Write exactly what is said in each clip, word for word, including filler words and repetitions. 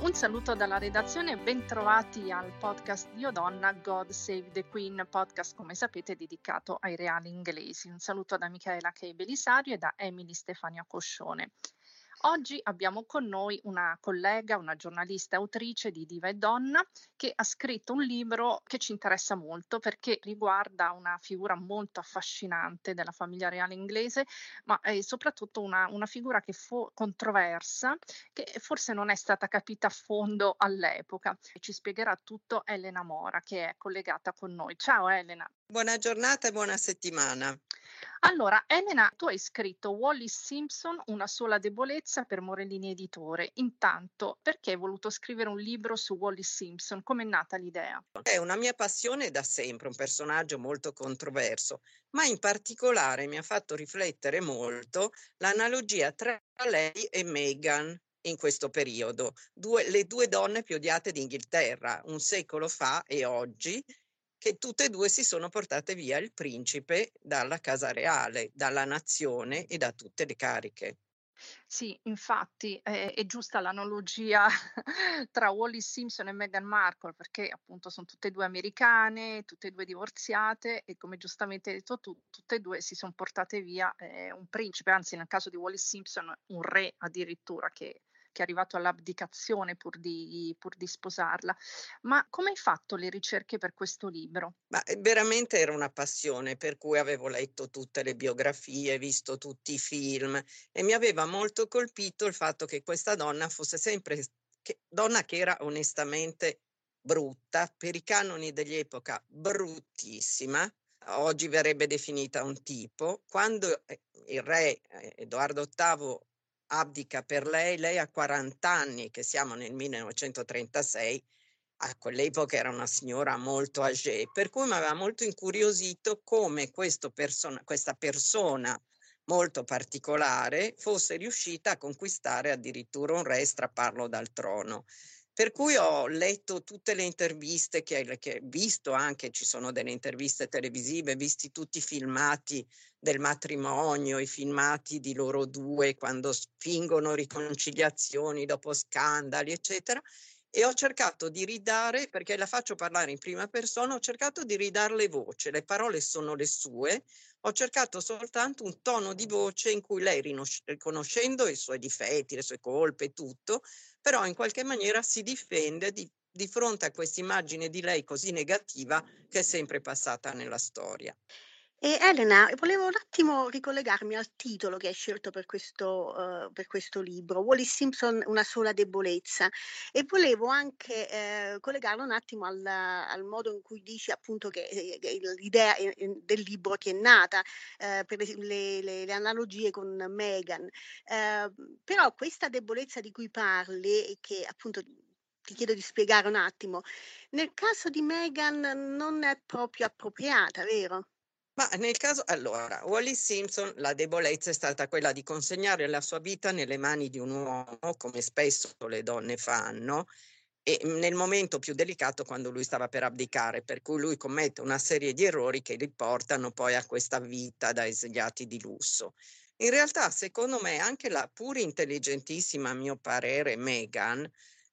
Un saluto dalla redazione e bentrovati al podcast Dio Donna God Save the Queen, podcast come sapete dedicato ai reali inglesi. Un saluto da Michaela Kay Belisario e da Emily Stefania Coscione. Oggi abbiamo con noi una collega, una giornalista e autrice di Diva e Donna che ha scritto un libro che ci interessa molto perché riguarda una figura molto affascinante della famiglia reale inglese, ma è soprattutto una, una figura che fu controversa, che forse non è stata capita a fondo all'epoca. Ci spiegherà tutto Elena Mora, che è collegata con noi. Ciao Elena. Buona giornata e buona settimana. Allora, Elena, tu hai scritto Wallis Simpson, una sola debolezza per Morellini Editore. Intanto, perché hai voluto scrivere un libro su Wallis Simpson? Com'è nata l'idea? È una mia passione da sempre, un personaggio molto controverso, ma in particolare mi ha fatto riflettere molto l'analogia tra lei e Meghan in questo periodo, due, le due donne più odiate d'Inghilterra, un secolo fa e oggi, che tutte e due si sono portate via il principe dalla casa reale, dalla nazione e da tutte le cariche. Sì, infatti è, è giusta l'analogia tra Wallis Simpson e Meghan Markle, perché appunto sono tutte e due americane, tutte e due divorziate e come giustamente hai detto tu, tutte e due si sono portate via eh, un principe, anzi nel caso di Wallis Simpson un re addirittura che, che è arrivato all'abdicazione pur di, pur di sposarla. Ma come hai fatto le ricerche per questo libro? Ma eh, veramente era una passione, per cui avevo letto tutte le biografie, visto tutti i film e mi aveva molto colpito il fatto che questa donna fosse sempre s- che, donna che era onestamente brutta, per i canoni dell'epoca bruttissima, oggi verrebbe definita un tipo. Quando eh, il re eh, Edoardo ottavo abdica per lei, lei ha quaranta anni, che siamo nel millenovecentotrentasei. A quell'epoca era una signora molto âgée, per cui mi aveva molto incuriosito come questo persona, questa persona molto particolare fosse riuscita a conquistare addirittura un re e strapparlo dal trono. Per cui ho letto tutte le interviste che, che visto anche, ci sono delle interviste televisive, visti tutti i filmati del matrimonio, i filmati di loro due quando fingono riconciliazioni dopo scandali, eccetera. E ho cercato di ridare, perché la faccio parlare in prima persona, ho cercato di ridarle voce, le parole sono le sue, ho cercato soltanto un tono di voce in cui lei, rinosc- riconoscendo i suoi difetti, le sue colpe e tutto, però in qualche maniera si difende di, di fronte a questa immagine di lei così negativa che è sempre passata nella storia. E Elena, volevo un attimo ricollegarmi al titolo che hai scelto per questo, uhm, per questo libro, Wallis Simpson, una sola debolezza, e volevo anche, ehm, collegarlo un attimo al al modo in cui dici appunto che, ehm, che il l'idea, ehm, ehm, del libro ti è nata, ehm, per ese le le le analogie con Meghan. Ehm, però questa debolezza di cui parli e che appunto ti chiedo di spiegare un attimo, nel caso di Meghan non è proprio appropriata, vero? Ma nel caso, allora, Wallis Simpson, la debolezza è stata quella di consegnare la sua vita nelle mani di un uomo, come spesso le donne fanno, e mm, nel momento più delicato quando lui stava per abdicare, per cui lui commette una serie di errori che li portano poi a questa vita da esiliati di lusso. In realtà, secondo me, anche la pur intelligentissima, a mio parere, Meghan,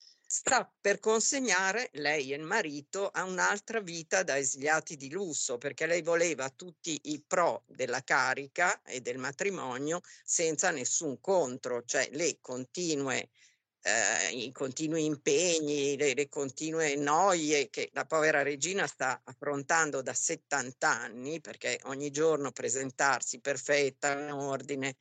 sta per consegnare lei e il marito a un'altra vita da esiliati di lusso, perché lei voleva tutti i pro della carica e del matrimonio senza nessun contro, cioè le continue, eh, i continui impegni, le, le continue noie che la povera regina sta affrontando da settanta anni, perché ogni giorno presentarsi perfetta, in ordine.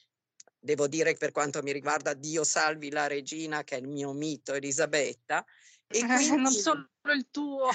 Devo dire, per quanto mi riguarda, Dio salvi la regina, che è il mio mito, Elisabetta, e Eh, non quindi solo il tuo.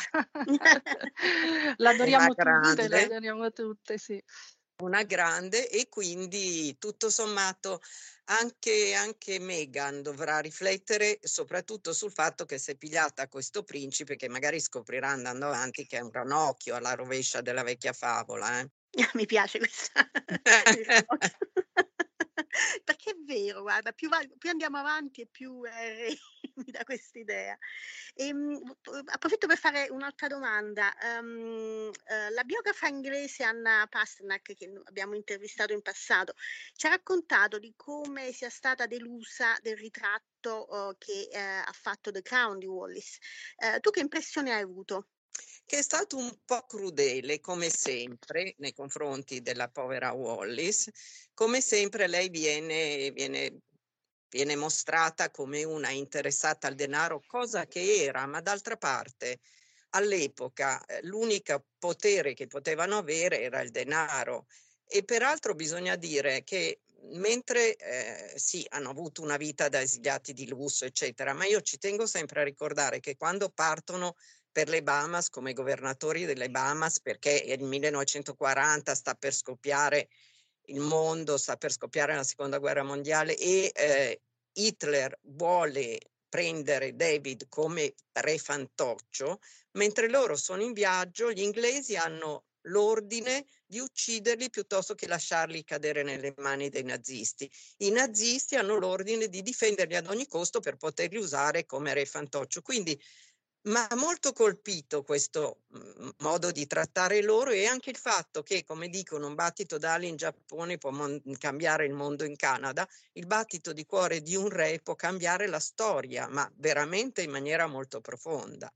una L'adoriamo tutte, grande, l'adoriamo tutte, sì. una grande, e quindi tutto sommato anche, anche Meghan dovrà riflettere soprattutto sul fatto che si è pigliata questo principe che magari scoprirà andando avanti che è un ranocchio alla rovescia della vecchia favola. Eh. Mi piace questa il ranocchio. Perché è vero, guarda, più va più andiamo avanti e più è mi dà quest'idea. Ehm, approfitto per fare un'altra domanda. Um, uh, la biografa inglese Anna Pasternak, che abbiamo intervistato in passato, ci ha raccontato di come sia stata delusa del ritratto uh, che uh, ha fatto The Crown di Wallis. Uh, tu che impressione hai avuto? Che è stato un po' crudele, come sempre, nei confronti della povera Wallis. Come sempre lei viene, viene, viene mostrata come una interessata al denaro, cosa che era, ma d'altra parte all'epoca eh, l'unico potere che potevano avere era il denaro. E peraltro bisogna dire che mentre eh, sì, hanno avuto una vita da esiliati di lusso, eccetera, ma io ci tengo sempre a ricordare che quando partono per le Bahamas come governatori delle Bahamas, perché il millenovecentoquaranta sta per scoppiare il mondo, sta per scoppiare la seconda guerra mondiale e eh, Hitler vuole prendere David come re fantoccio, mentre loro sono in viaggio, gli inglesi hanno l'ordine di ucciderli piuttosto che lasciarli cadere nelle mani dei nazisti. I nazisti hanno l'ordine di difenderli ad ogni costo per poterli usare come re fantoccio. Quindi ma molto colpito questo mh, modo di trattare loro e anche il fatto che, come dicono, un battito d'ali in Giappone può mon- cambiare il mondo in Canada, il battito di cuore di un re può cambiare la storia, ma veramente in maniera molto profonda.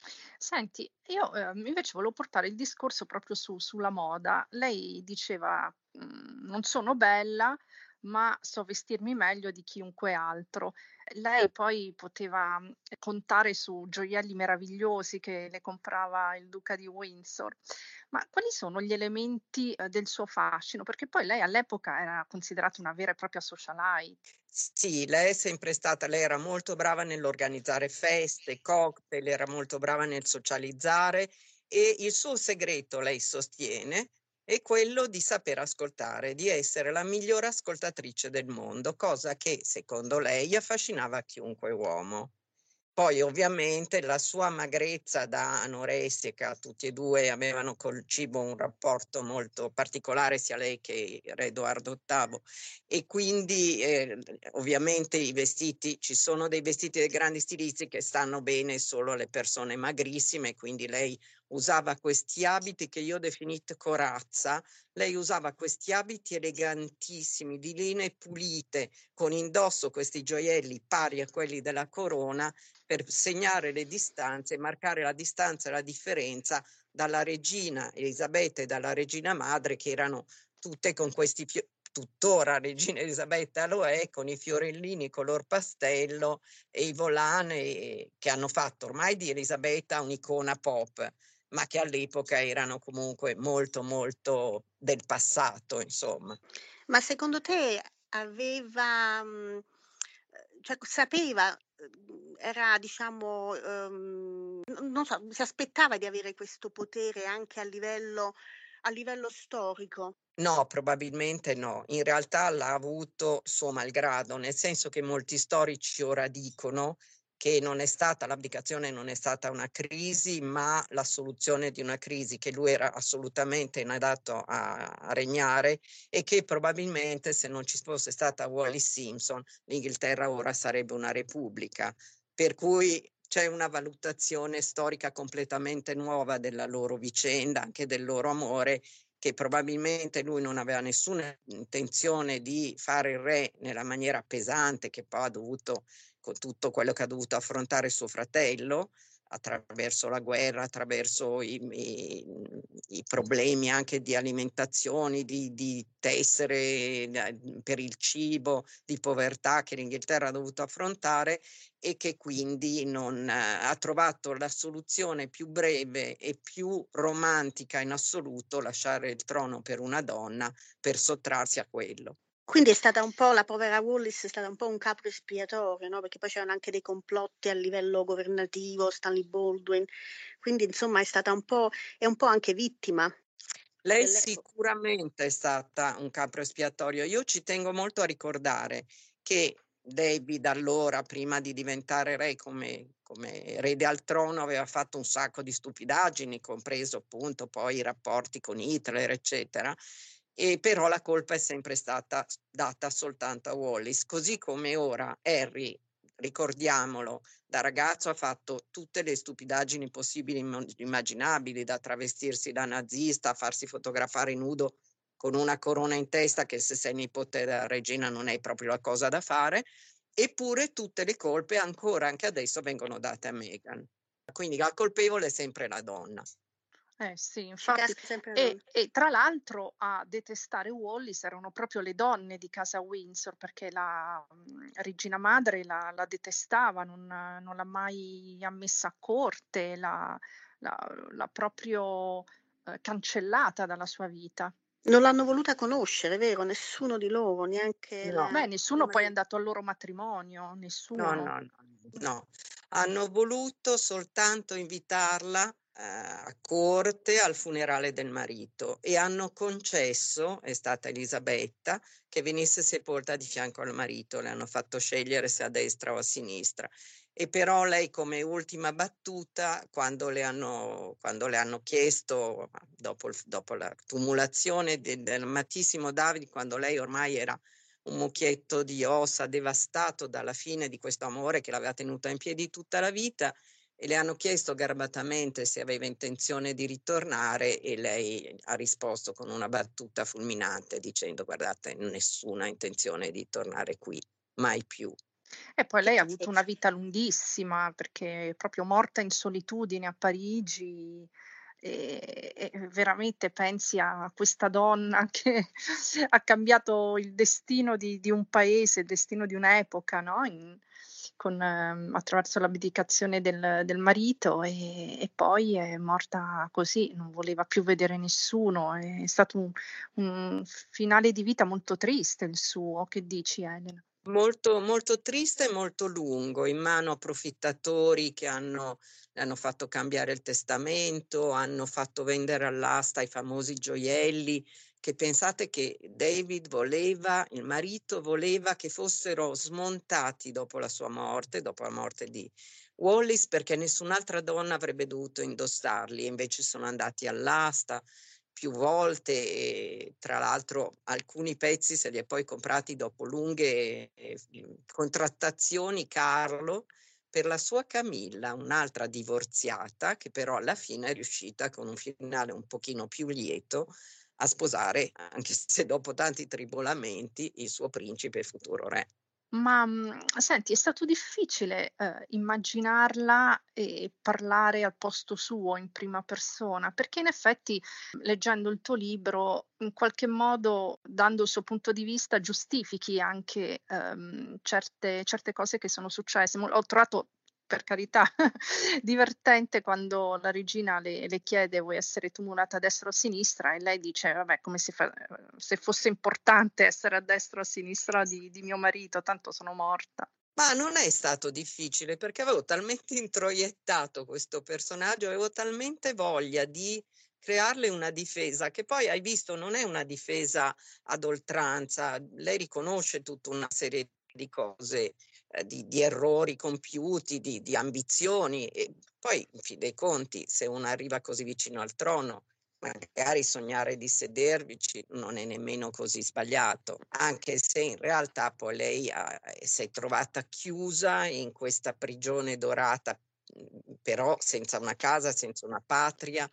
Senti, io, ehm, invece volevo portare il discorso proprio su sulla moda. Lei diceva, mhmm: "Non sono bella, ma so vestirmi meglio di chiunque altro". Lei poi poteva, mhmm, contare su gioielli meravigliosi che le comprava il duca di Windsor. Ma quali sono gli elementi, ehm, del suo fascino? Perché poi lei all'epoca era considerata una vera e propria socialite. Sì, lei è sempre stata, lei era molto brava nell'organizzare feste, cocktail, era molto brava nel socializzare e il suo segreto, lei sostiene, è quello di saper ascoltare, di essere la migliore ascoltatrice del mondo, cosa che secondo lei affascinava chiunque uomo. Poi ovviamente la sua magrezza da anoressica, tutti e due avevano col cibo un rapporto molto particolare, sia lei che re Edoardo ottavo, e quindi eh, ovviamente i vestiti, ci sono dei vestiti dei grandi stilisti che stanno bene solo alle persone magrissime, quindi lei usava questi abiti che io ho definito corazza, lei usava questi abiti elegantissimi, di linee pulite, con indosso questi gioielli pari a quelli della corona, per segnare le distanze, marcare la distanza e la differenza dalla regina Elisabetta e dalla regina madre, che erano tutte con questi fiori. Tuttora regina Elisabetta lo è, con i fiorellini color pastello e i volane che hanno fatto ormai di Elisabetta un'icona pop, ma che all'epoca erano comunque molto molto del passato, insomma. Ma secondo te aveva, mhmm, cioè sapeva, uhm, era diciamo, uhm, n non so, si aspettava di avere questo potere anche a livello a livello storico? No, probabilmente no. In realtà l'ha avuto suo malgrado, nel senso che molti storici ora dicono che non è stata l'abdicazione non è stata una crisi, ma la soluzione di una crisi, che lui era assolutamente inadatto a, a regnare e che probabilmente se non ci fosse stata Wallis Simpson, l'Inghilterra ora sarebbe una repubblica. Per cui c'è una valutazione storica completamente nuova della loro vicenda, anche del loro amore, che probabilmente lui non aveva nessuna intenzione di fare il re nella maniera pesante che poi ha dovuto, con tutto quello che ha dovuto affrontare suo fratello, attraverso la guerra, attraverso i, i, i problemi anche di alimentazione, di, di tessere eh, per il cibo, di povertà che l'Inghilterra ha dovuto affrontare, e che quindi non eh, ha trovato la soluzione più breve e più romantica in assoluto, lasciare il trono per una donna per sottrarsi a quello. Quindi è stata un po' la povera Wallis è stata un po' un capro espiatorio, no, perché poi c'erano anche dei complotti a livello governativo, Stanley Baldwin, quindi insomma è stata un po' è un po' anche vittima Lei dell'epo sicuramente è stata un capro espiatorio. Io ci tengo molto a ricordare che David allora, prima di diventare re come, come erede al trono, aveva fatto un sacco di stupidaggini, compreso appunto poi i rapporti con Hitler, eccetera. E però la colpa è sempre stata data soltanto a Wallis, così come ora Harry ricordiamolo, da ragazzo ha fatto tutte le stupidaggini possibili e immaginabili, da travestirsi da nazista, a farsi fotografare nudo con una corona in testa, che se sei nipote della regina non è proprio la cosa da fare, eppure tutte le colpe ancora, anche adesso, vengono date a Meghan. Quindi la colpevole è sempre la donna. Eh sì, Ci infatti. casca sempre la E, donna. e tra l'altro a detestare Wallis erano proprio le donne di casa Windsor, perché la mm, regina madre la, la detestava, non, non l'ha mai ammessa a corte, l'ha, l'ha- l'ha proprio eh, cancellata dalla sua vita. Non l'hanno voluta conoscere, vero? Nessuno di loro, neanche No. la Beh, il nessuno poi è marito. andato al loro matrimonio, No, nessuno. no, no, no. Hanno voluto soltanto invitarla eh, a corte al funerale del marito e hanno concesso, è stata Elisabetta, che venisse sepolta di fianco al marito. Le hanno fatto scegliere se a destra o a sinistra. E però lei, come ultima battuta, quando le hanno, quando le hanno chiesto, dopo, il- dopo la tumulazione de- del amatissimo David, quando lei ormai era un mucchietto di ossa devastato dalla fine di questo amore che l'aveva tenuta in piedi tutta la vita, e le hanno chiesto garbatamente se aveva intenzione di ritornare e lei ha risposto con una battuta fulminante dicendo: guardate, nessuna intenzione di tornare qui, mai più. E poi Che lei ha avuto una pazienza. vita lunghissima, perché è proprio morta in solitudine a Parigi, e, e veramente pensi a questa donna che ha cambiato il destino di, di un paese, il destino di un'epoca, no? In- con, ehm, attraverso l'abdicazione del, del marito, e, e poi è morta così, non voleva più vedere nessuno. È stato un, un finale di vita molto triste il suo, che dici, Elena? Molto, molto triste e molto lungo, in mano a approfittatori che hanno, le hanno fatto cambiare il testamento, hanno fatto vendere all'asta i famosi gioielli, che pensate che David voleva, il marito voleva che fossero smontati dopo la sua morte, dopo la morte di Wallis, perché nessun'altra donna avrebbe dovuto indossarli, e invece sono andati all'asta più volte, e tra l'altro alcuni pezzi se li è poi comprati dopo lunghe eh, contrattazioni Carlo per la sua Camilla, un'altra divorziata che però alla fine è riuscita, con un finale un pochino più lieto, a sposare, anche se dopo tanti tribolamenti, il suo principe e futuro re. Ma, mhmm, senti, è stato difficile, ehm, immaginarla e parlare al posto suo in prima persona? Perché in effetti, leggendo il tuo libro, in qualche modo, dando il suo punto di vista, giustifichi anche, ehm, certe certe cose che sono successe. Mo Ho trovato, per carità, divertente quando la regina le le chiede: "Vuoi essere tumulata a destra o a sinistra?" E lei dice: "Vabbè, come se fa ehm, se fosse importante essere a destra o a sinistra di di mio marito, tanto sono morta." Ma non è stato difficile, perché avevo talmente introiettato questo personaggio, avevo talmente voglia di crearle una difesa, che poi hai visto non è una difesa ad oltranza. Lei riconosce tutta una serie di cose, eh, di, di errori compiuti, di, di ambizioni, e poi in fin dei conti, se uno arriva così vicino al trono, magari sognare di sedervici non è nemmeno così sbagliato, anche se in realtà poi lei ha, si è trovata chiusa in questa prigione dorata, mh, però senza una casa, senza una patria,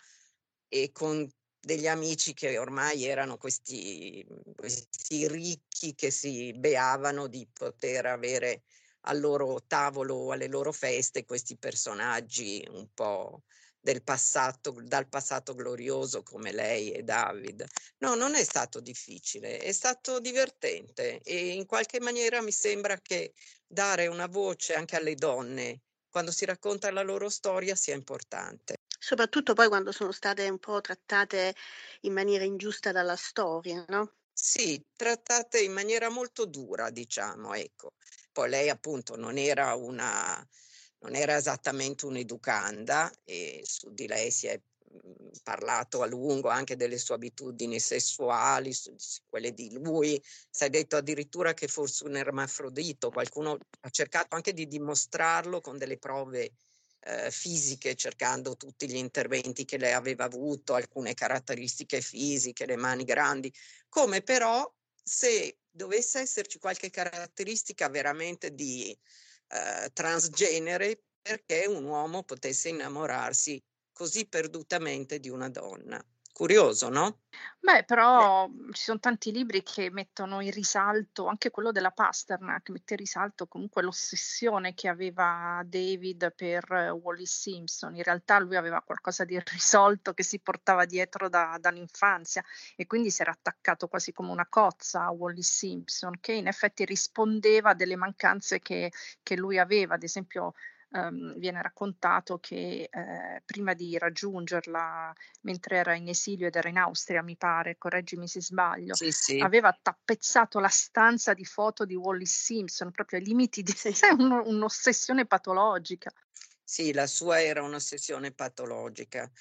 e con degli amici che ormai erano questi, questi ricchi che si beavano di poter avere al loro tavolo o alle loro feste questi personaggi un po' del passato, dal passato glorioso, come lei e David. No, non è stato difficile, è stato divertente, e in qualche maniera mi sembra che dare una voce anche alle donne quando si racconta la loro storia sia importante. Soprattutto poi quando sono state un po' trattate in maniera ingiusta dalla storia, no? Sì, trattate in maniera molto dura, diciamo, ecco. Poi lei appunto non era una non era esattamente un'educanda, e su di lei si è, mhmm, parlato a lungo anche delle sue abitudini sessuali, su s quelle di lui. S'è detto addirittura che fosse un ermafrodito, qualcuno ha cercato anche di dimostrarlo con delle prove, ehm, fisiche, cercando tutti gli interventi che lei aveva avuto, alcune caratteristiche fisiche, le mani grandi. Come però, se dovesse esserci qualche caratteristica veramente di eh, transgenere perché un uomo potesse innamorarsi così perdutamente di una donna. Curioso, no? Beh, però, mhmm, ci son tanti libri che mettono in risalto anche quello della Pasternak, mette in risalto comunque l'ossessione che aveva David per Wallis Simpson. In realtà lui aveva qualcosa di irrisolto che si portava dietro da dall'infanzia e quindi si era attaccato quasi come una cozza a Wallis Simpson, che in effetti rispondeva a delle mancanze che che lui aveva. Ad esempio, ehm, viene raccontato che, ehm, prima di raggiungerla mentre era in esilio ed era in Austria, mi pare, correggimi se sbaglio, Sì, sì. aveva tappezzato la stanza di foto di Wallis Simpson, proprio ai limiti di Sì. sai un un'ossessione patologica. Sì, la sua era un'ossessione patologica,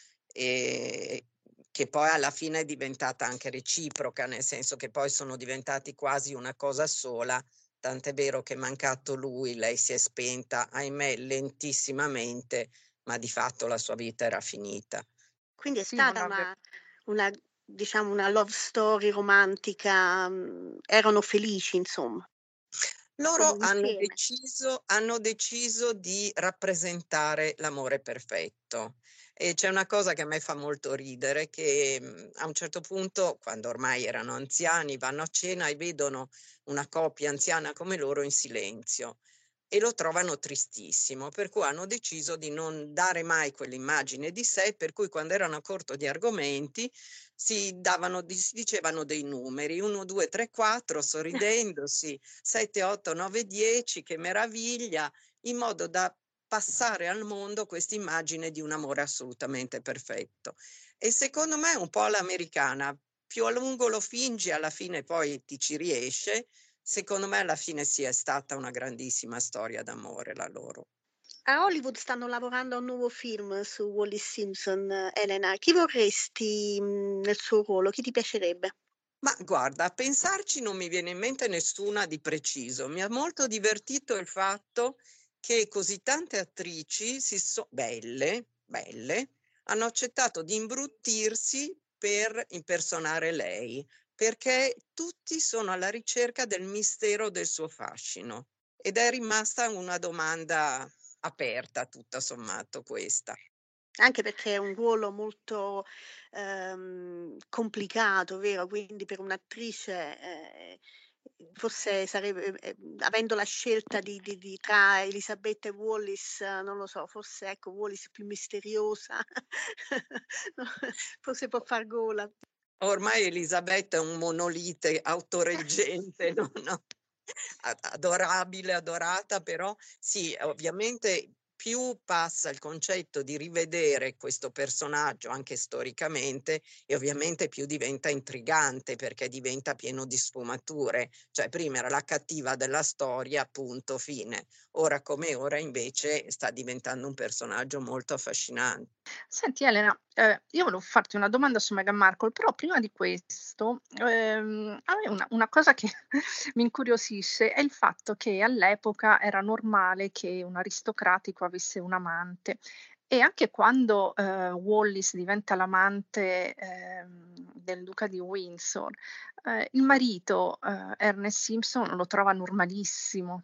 ehm, che poi alla fine è diventata anche reciproca, nel senso che poi sono diventati quasi una cosa sola, tant'è vero che mancato lui lei si è spenta, ahimè lentissimamente, ma di fatto la sua vita era finita. Quindi è Sì, non stata ave una una diciamo una love story romantica, mhmm, erano felici insomma, Loro proprio hanno insieme. deciso hanno deciso di rappresentare l'amore perfetto. E c'è una cosa che a me fa molto ridere, che, mhmm, a un certo punto, quando ormai erano anziani, vanno a cena e vedono una coppia anziana come loro in silenzio e lo trovano tristissimo, per cui hanno deciso di non dare mai quell'immagine di sé, per cui quando erano a corto di argomenti si davano di si dicevano dei numeri, uno, due, tre, quattro, sorridendosi, sette, otto, nove, dieci, che meraviglia, in modo da passare al mondo quest'immagine di un amore assolutamente perfetto. E secondo me è un po' all'americana, più a lungo lo fingi alla fine poi ti ci riesce. Secondo me alla fine sì, è stata una grandissima storia d'amore la loro. A Hollywood stanno lavorando a un nuovo film su Wallis Simpson, eh, Elena. Chi vorresti, mhmm, nel suo ruolo? Chi ti piacerebbe? Ma guarda, a pensarci non mi viene in mente nessuna di preciso. Mi ha molto divertito il fatto che così tante attrici si so belle, belle, hanno accettato di imbruttirsi per impersonare lei, perché tutti sono alla ricerca del mistero del suo fascino. Ed è rimasta una domanda aperta, tutto sommato, questa. Anche perché è un ruolo molto, ehm, complicato, vero, quindi per un'attrice, ehm, forse sarebbe ehm, avendo la scelta di di di tra Elisabetta e Wallis, eh, non lo so, forse ecco Wallis è più misteriosa, no, forse può far gola. Ormai Elisabetta è un monolite autoreggente, no, no, a adorabile, adorata, però sì, ovviamente più passa il concetto di rivedere questo personaggio anche storicamente e ovviamente più diventa intrigante perché diventa pieno di sfumature. Cioè prima era la cattiva della storia, punto, fine. Ora come ora invece sta diventando un personaggio molto affascinante. Senti Elena, ehm, io volevo farti una domanda su Meghan Markle, però prima di questo, ehm, a me una una cosa che mi incuriosisce è il fatto che all'epoca era normale che un aristocratico avesse un amante e anche quando, ehm, Wallis diventa l'amante, ehm, del duca di Windsor, ehm, il marito, ehm, Ernest Simpson lo trova normalissimo.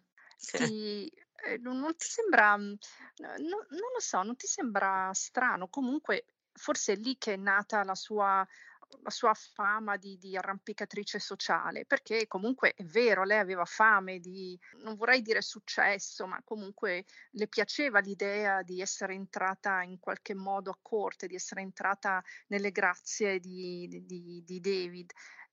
Ti ehm, non non ti sembra mhmm, N no non lo so, non ti sembra strano? Comunque forse è lì che è nata la sua la sua fama di di arrampicatrice sociale, perché comunque è vero, lei aveva fame di non vorrei dire successo, ma comunque le piaceva l'idea di essere entrata in qualche modo a corte, di essere entrata nelle grazie di di di di David.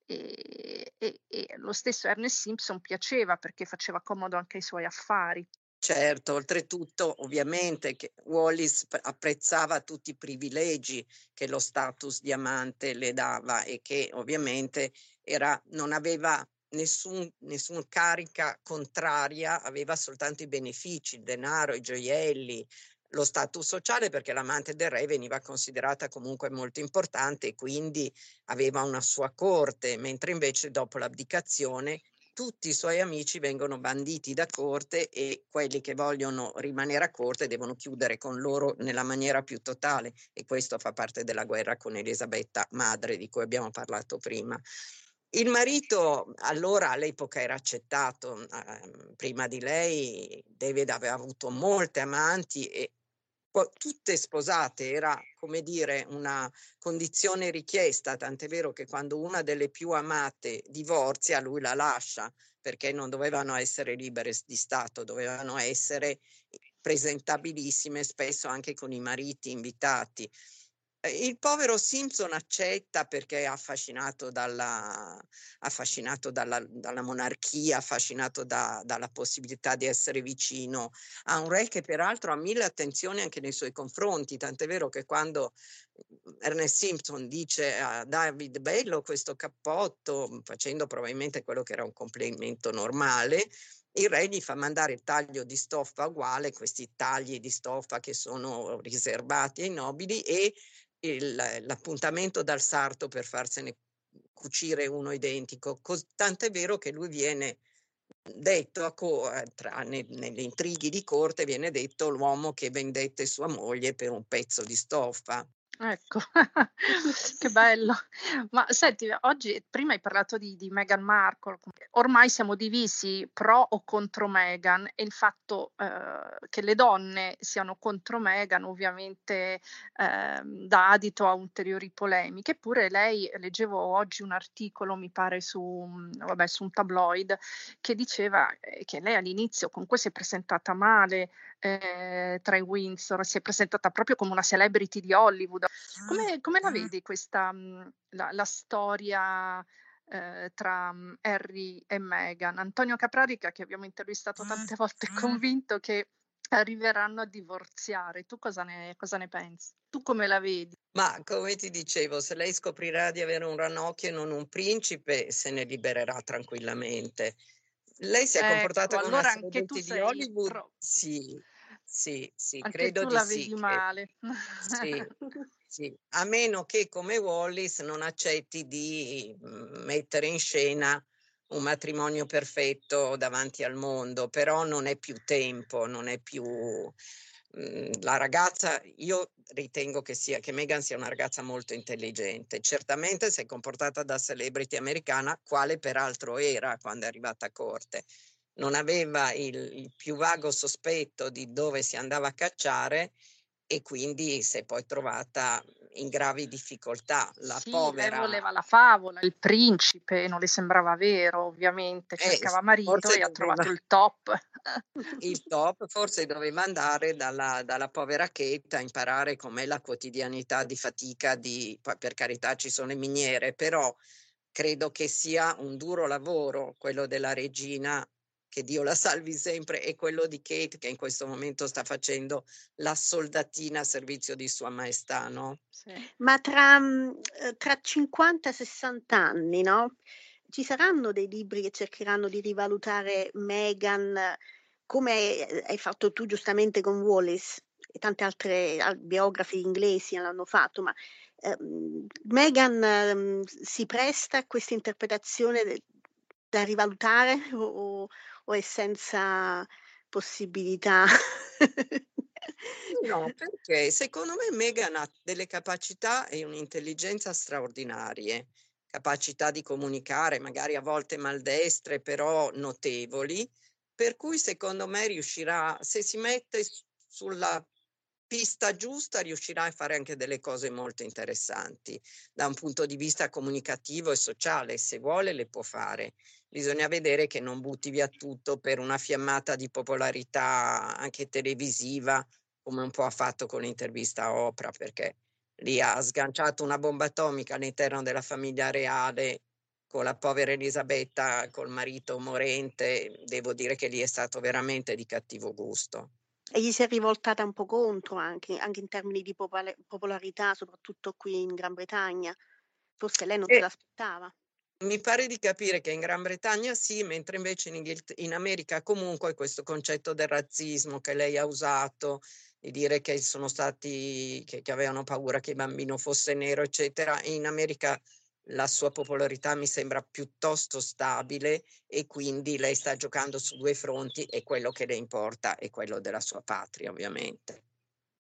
Ehm, e e lo stesso Ernest Simpson piaceva perché faceva comodo anche ai suoi affari. Certo, oltretutto ovviamente che Wallis p apprezzava tutti i privilegi che lo status di amante le dava e che ovviamente era non aveva nessun nessun carica contraria, aveva soltanto i benefici, il denaro, i gioielli, lo status sociale, perché l'amante del re veniva considerata comunque molto importante e quindi aveva una sua corte, mentre invece dopo l'abdicazione tutti i suoi amici vengono banditi da corte e quelli che vogliono rimanere a corte devono chiudere con loro nella maniera più totale e questo fa parte della guerra con Elisabetta madre di cui abbiamo parlato prima. Il marito allora all'epoca era accettato, ehm, prima di lei David aveva avuto molte amanti e poi tutte sposate, era come dire una condizione richiesta, tant'è vero che quando una delle più amate divorzia, lui la lascia, perché non dovevano essere libere s di Stato, dovevano essere presentabilissime, spesso anche con i mariti invitati. Ehm, il povero Simpson accetta perché è affascinato dalla affascinato dalla dalla monarchia, affascinato da dalla possibilità di essere vicino a un re che peraltro ha mille attenzioni anche nei suoi confronti, tant'è vero che quando, mhmm, Ernest Simpson dice a David: "Bello questo cappotto", mhmm, facendo probabilmente quello che era un complimento normale, il re gli fa mandare il taglio di stoffa uguale, questi tagli di stoffa che sono riservati ai nobili e il l'appuntamento dal sarto per farsene cucire uno identico, cos tant'è vero che lui viene detto a co ehm, tra ne negli intrighi di corte viene detto l'uomo che vendette sua moglie per un pezzo di stoffa. Ecco, che bello. Ma senti, oggi prima hai parlato di di Meghan Markle, ormai siamo divisi pro o contro Meghan e il fatto, ehm, che le donne siano contro Meghan ovviamente, ehm, dà adito a ulteriori polemiche. Eppure lei leggevo oggi un articolo, mi pare su mhmm, vabbè, su un tabloid, che diceva, ehm, che lei all'inizio comunque si è presentata male, ehm, tra i Windsor, si è presentata proprio come una celebrity di Hollywood. Come come la vedi questa mhmm, la la storia, ehm, tra, mhmm, Harry e Meghan? Antonio Caprarica, che abbiamo intervistato tante volte, è convinto che arriveranno a divorziare. Tu cosa ne cosa ne pensi? Tu come la vedi? Ma come ti dicevo, se lei scoprirà di avere un ranocchio e non un principe, se ne libererà tranquillamente. Lei si è Ecco, comportata come una allora anche tu celebrity di sei Hollywood? pro Sì, sì, sì, anche credo tu di la sì vedi che male. sì, sì, a meno che come Wallis non accetti di, mhmm, mettere in scena un matrimonio perfetto davanti al mondo, però non è più tempo, non è più mhmm, la ragazza io ritengo che sia che Meghan sia una ragazza molto intelligente. Certamente si è comportata da celebrity americana, quale peraltro era quando è arrivata a corte. Non aveva il il più vago sospetto di dove si andava a cacciare e quindi si è poi trovata in gravi difficoltà. La Sì, lei povera voleva la favola, il principe, non le sembrava vero ovviamente, eh, cercava marito forse e ha doveva trovato il top. il top, forse doveva andare dalla dalla povera Kate a imparare com'è la quotidianità di fatica di poi per carità ci sono le miniere, però credo che sia un duro lavoro quello della regina, che Dio la salvi sempre, e quello di Kate che in questo momento sta facendo la soldatina a servizio di Sua Maestà, no? Sì. Ma tra mhmm, ehm, tra cinquanta, sessanta anni, no, ci saranno dei libri che cercheranno di rivalutare Meghan, come, ehm, hai fatto tu giustamente con Wallis e tante altre al biografi inglesi l'hanno fatto, ma, ehm, Meghan, mhmm, si presta a questa interpretazione de da rivalutare o o o è senza possibilità? No, perché secondo me Meghan ha delle capacità e un'intelligenza straordinarie, capacità di comunicare, magari a volte maldestre, però notevoli, per cui secondo me riuscirà, se si mette s- sulla pista giusta, riuscirà a fare anche delle cose molto interessanti da un punto di vista comunicativo e sociale. Se vuole le può fare. Bisogna vedere che non butti via tutto per una fiammata di popolarità anche televisiva come un po' ha fatto con l'intervista a Oprah, perché lì ha sganciato una bomba atomica all'interno della famiglia reale con la povera Elisabetta, col marito morente. Devo dire che lì è stato veramente di cattivo gusto. E gli si è rivoltata un po' contro anche, anche in termini di popole popolarità, soprattutto qui in Gran Bretagna. Forse lei non se E l'aspettava. mi pare di capire che in Gran Bretagna sì, mentre invece in Inghilterra, in America comunque questo concetto del razzismo che lei ha usato, di dire che sono stati, che, che avevano paura che il bambino fosse nero, eccetera, in America la sua popolarità mi sembra piuttosto stabile e quindi lei sta giocando su due fronti e quello che le importa è quello della sua patria, ovviamente.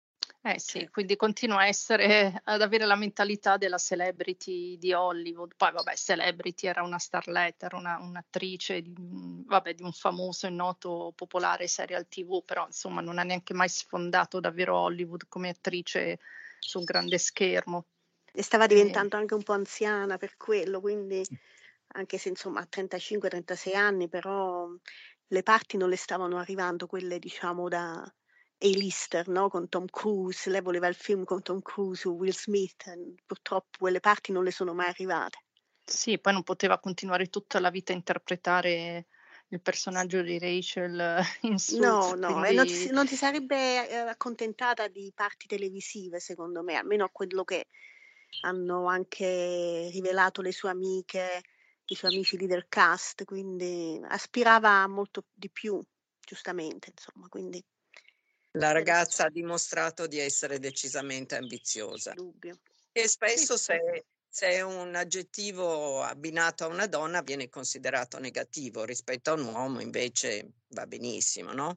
Eh sì, Cioè, quindi continua a essere ad avere la mentalità della celebrity di Hollywood. Poi vabbè, celebrity era una starletta, era una un'attrice di un vabbè, di un famoso e noto popolare serial T V, però insomma non ha neanche mai sfondato davvero Hollywood come attrice sul grande schermo. e stava E diventando anche un po' anziana per quello, quindi anche se insomma ha trentacinque, trentasei anni, però le parti non le stavano arrivando, quelle diciamo da A-lister, no? Con Tom Cruise, lei voleva il film con Tom Cruise, Will Smith, e purtroppo quelle parti non le sono mai arrivate. sì, poi non poteva continuare tutta la vita a interpretare il personaggio di Rachel in No, Suits, no, e non ti, quindi si- non ti sarebbe eh, accontentata di parti televisive, secondo me, almeno a quello che hanno anche rivelato le sue amiche, i suoi amici lì del cast, quindi aspirava a molto di più, giustamente, insomma, quindi La per ragazza ha dimostrato di essere decisamente ambiziosa. dubbio. E sì, spesso sì. se, se è un aggettivo abbinato a una donna viene considerato negativo, rispetto a un uomo invece va benissimo, no?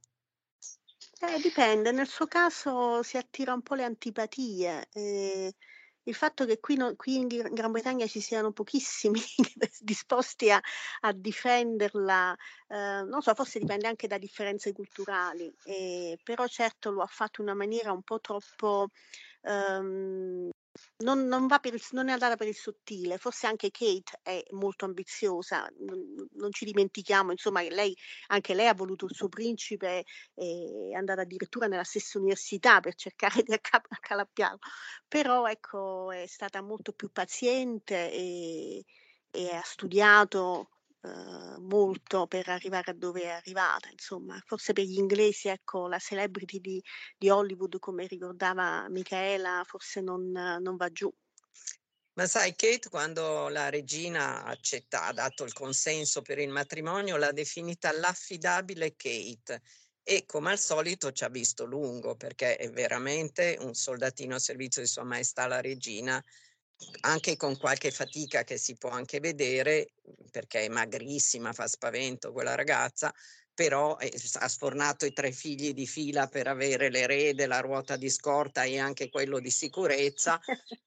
Eh, dipende, nel suo caso si attira un po' le antipatie. Eh, il fatto che qui, no- qui in Gr- Gran Bretagna ci siano pochissimi disposti a, a difenderla, eh, non so, forse dipende anche da differenze culturali, eh, però certo lo ha fatto in una maniera un po' troppo... ehm, non, non va per il, non è andata per il sottile, forse anche Kate è molto ambiziosa, non, non ci dimentichiamo, insomma, che lei, anche lei ha voluto il suo principe, è andata addirittura nella stessa università per cercare di acca- accalappiarlo, però ecco è stata molto più paziente e, e ha studiato eh, molto per arrivare a dove è arrivata, insomma, forse per gli inglesi ecco la celebrity di, di Hollywood, come ricordava Michaela, forse non, non va giù. Ma sai, Kate, quando la regina accetta, ha dato il consenso per il matrimonio, l'ha definita l'affidabile Kate e come al solito ci ha visto lungo perché è veramente un soldatino a servizio di Sua Maestà la regina, anche con qualche fatica che si può anche vedere, perché è magrissima, fa spavento quella ragazza, però eh, ha sfornato i tre figli di fila per avere l'erede, la ruota di scorta e anche quello di sicurezza.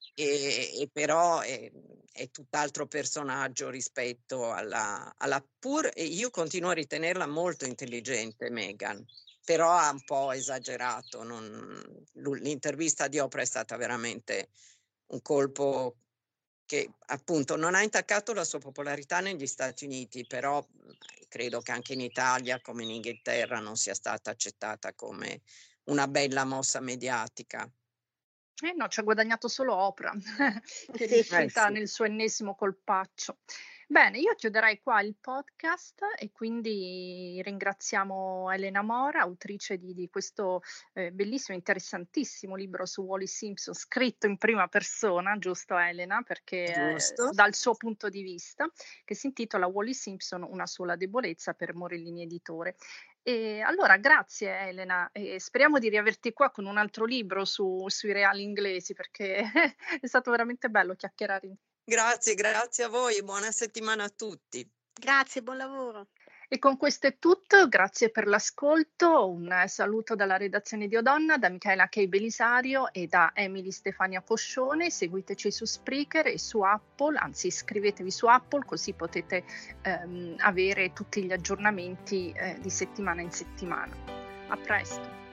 E, e però è, è tutt'altro personaggio rispetto alla, alla pur, e io continuo a ritenerla molto intelligente, Meghan, però ha un po' esagerato. Non, l'intervista di Oprah è stata veramente un colpo che appunto non ha intaccato la sua popolarità negli Stati Uniti, però credo che anche in Italia, come in Inghilterra, non sia stata accettata come una bella mossa mediatica. Eh no, ci ha guadagnato solo Oprah, che è Sì. Eh riuscita sì. nel suo ennesimo colpaccio. Bene, io chiuderei qua il podcast e quindi ringraziamo Elena Mora, autrice di, di questo eh, bellissimo, interessantissimo libro su Wallis Simpson, scritto in prima persona, giusto Elena? Perché eh, Giusto? dal suo punto di vista, che si intitola Wallis Simpson, una sola debolezza per Morellini Editore. E allora, grazie Elena, e speriamo di riaverti qua con un altro libro su, sui reali inglesi, perché è stato veramente bello chiacchierare. Grazie, grazie a voi e buona settimana a tutti. Grazie, buon lavoro. E con questo è tutto, grazie per l'ascolto, un saluto dalla redazione di Odonna, da Michaela Kei Belisario e da Emily Stefania Coscione. Seguiteci su Spreaker e su Apple, anzi iscrivetevi su Apple così potete ehm, avere tutti gli aggiornamenti eh, di settimana in settimana. A presto!